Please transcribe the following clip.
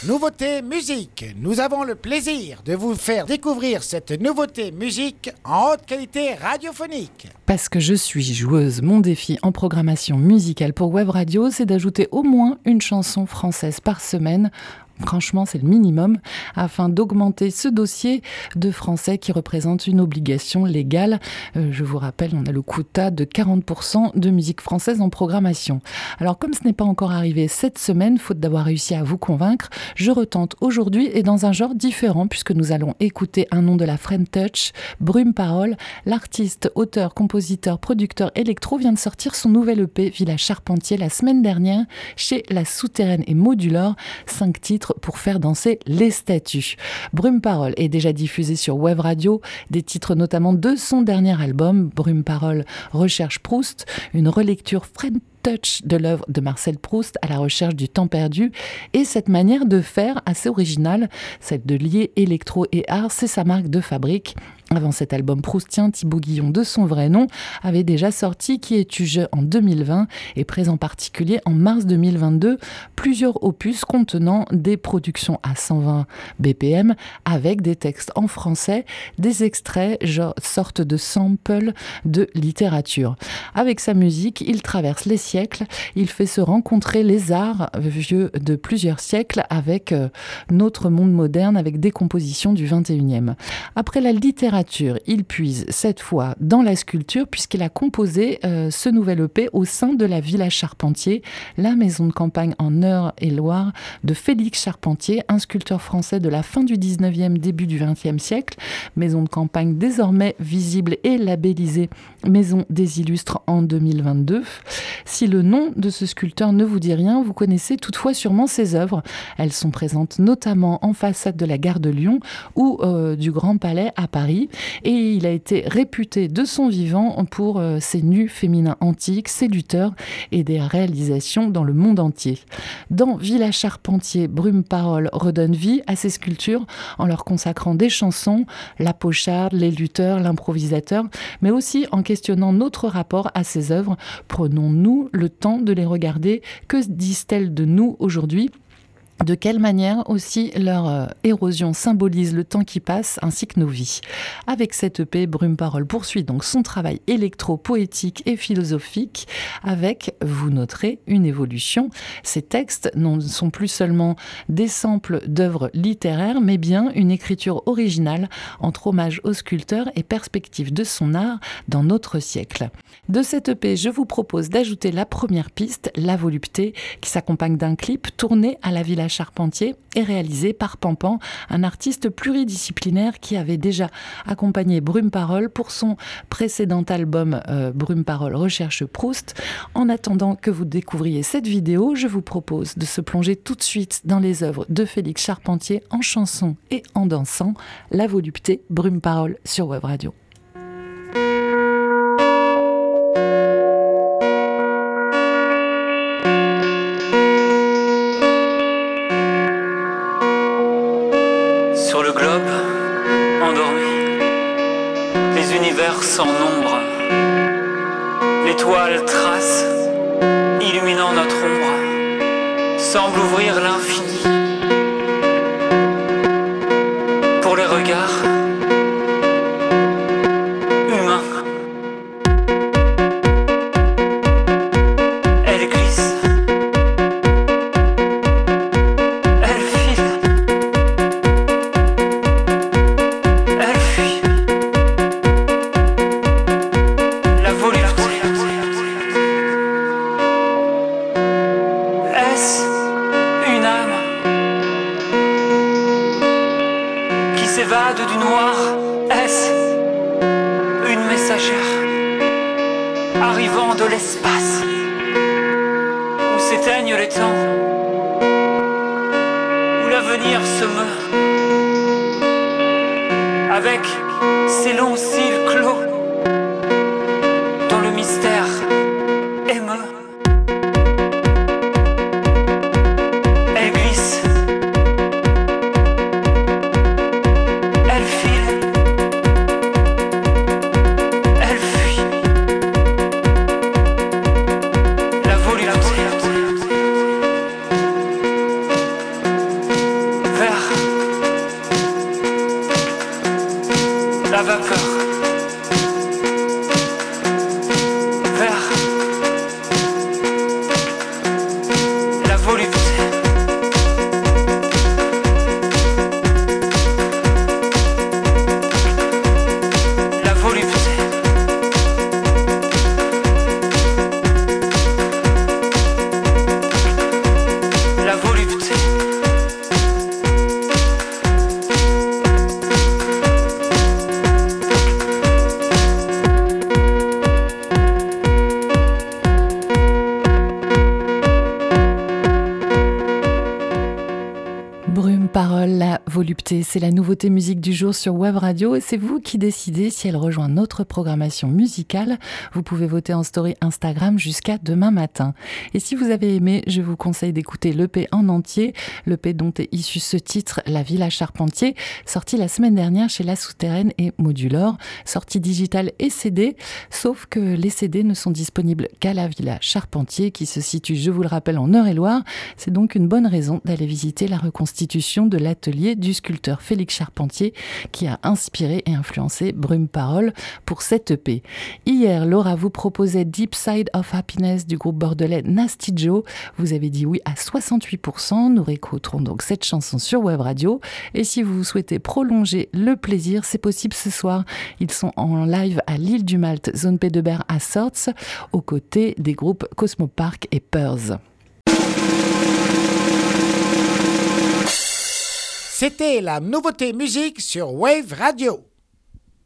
Nouveauté musique. Nous avons le plaisir de vous faire découvrir cette nouveauté musique en haute qualité radiophonique. Parce que je suis joueuse, mon défi en programmation musicale pour Web Radio, c'est d'ajouter au moins une chanson française par semaine. Franchement, c'est le minimum, afin d'augmenter ce dossier de français qui représente une obligation légale. Je vous rappelle, on a le quota de 40% de musique française en programmation. Alors, comme ce n'est pas encore arrivé cette semaine, faute d'avoir réussi à vous convaincre, je retente aujourd'hui et dans un genre différent, puisque nous allons écouter un nom de la French Touch, Brume Parole. L'artiste, auteur, compositeur, producteur électro vient de sortir son nouvel EP Village Charpentier la semaine dernière chez La Souterraine et Modulor. 5 titres pour faire danser les statues. Brume Parole est déjà diffusé sur Web Radio, des titres notamment de son dernier album, Brume Parole Recherche Proust, une relecture French Touch de l'œuvre de Marcel Proust à la recherche du temps perdu. Et cette manière de faire assez originale, celle de lier électro et art, c'est sa marque de fabrique. Avant cet album proustien, Thibaut Guillon, de son vrai nom, avait déjà sorti Qui es-tu je en 2020 et présent en particulier en mars 2022 plusieurs opus contenant des productions à 120 BPM avec des textes en français, des extraits, genre sorte de sample de littérature. Avec sa musique, il traverse les siècles, il fait se rencontrer les arts vieux de plusieurs siècles avec notre monde moderne, avec des compositions du 21e. Après la littérature, il puise cette fois dans la sculpture puisqu'il a composé ce nouvel EP au sein de la Village Charpentier, la maison de campagne en Eure-et-Loire de Félix Charpentier, un sculpteur français de la fin du 19e, début du 20e siècle. Maison de campagne désormais visible et labellisée Maison des Illustres en 2022. Si le nom de ce sculpteur ne vous dit rien, vous connaissez toutefois sûrement ses œuvres. Elles sont présentes notamment en façade de la gare de Lyon ou du Grand Palais à Paris. Et il a été réputé de son vivant pour ses nus féminins antiques, séducteurs et des réalisations dans le monde entier. Dans Village Charpentier, Brume Parole redonne vie à ses sculptures en leur consacrant des chansons, la pocharde, les lutteurs, l'improvisateur, mais aussi en questionnant notre rapport à ces œuvres. Prenons-nous le temps de les regarder? Que disent-elles de nous aujourd'hui? De quelle manière aussi leur érosion symbolise le temps qui passe ainsi que nos vies. Avec cette EP, Brume Parole poursuit donc son travail électro-poétique et philosophique avec, vous noterez, une évolution. Ces textes ne sont plus seulement des samples d'œuvres littéraires, mais bien une écriture originale entre hommage au sculpteur et perspective de son art dans notre siècle. De cette EP, je vous propose d'ajouter la première piste, La Volupté, qui s'accompagne d'un clip tourné à la Village Charpentier et réalisé par Pampan, un artiste pluridisciplinaire qui avait déjà accompagné Brume Parole pour son précédent album Brume Parole Recherche Proust. En attendant que vous découvriez cette vidéo, je vous propose de se plonger tout de suite dans les œuvres de Félix Charpentier en chanson et en dansant. La Volupté, Brume Parole sur Web Radio. Sur le globe, endormi, les univers sans nombre, l'étoile trace, illuminant notre ombre, semble ouvrir l'infini. Pour les regards humains, elle glisse, elle file. Est-ce une âme qui s'évade du noir? Est-ce une messagère arrivant de l'espace où s'éteignent les temps, où l'avenir se meurt avec ses longs cils clos dont le mystère émeut? Elle glisse, elle file, elle fuit. La volupté. Parole, la volupté, c'est la nouveauté musique du jour sur Web Radio et c'est vous qui décidez si elle rejoint notre programmation musicale. Vous pouvez voter en story Instagram jusqu'à demain matin. Et si vous avez aimé, je vous conseille d'écouter l'EP en entier, l'EP dont est issu ce titre, La Villa Charpentier, sorti la semaine dernière chez La Souterraine et Modulor, sortie digitale et CD, sauf que les CD ne sont disponibles qu'à la Villa Charpentier qui se situe, je vous le rappelle, en Eure-et-Loire. C'est donc une bonne raison d'aller visiter la reconstitution de l'atelier du sculpteur Félix Charpentier qui a inspiré et influencé Brume Parole pour cette EP. Hier, Laura vous proposait Deep Side of Happiness du groupe bordelais Nasty Joe. Vous avez dit oui à 68%. Nous réécouterons donc cette chanson sur Web Radio. Et si vous souhaitez prolonger le plaisir, c'est possible ce soir. Ils sont en live à l'île du Malte, zone P de Berre à Sorts, aux côtés des groupes Cosmo Park et Pearls. C'était la nouveauté musique sur Wave Radio.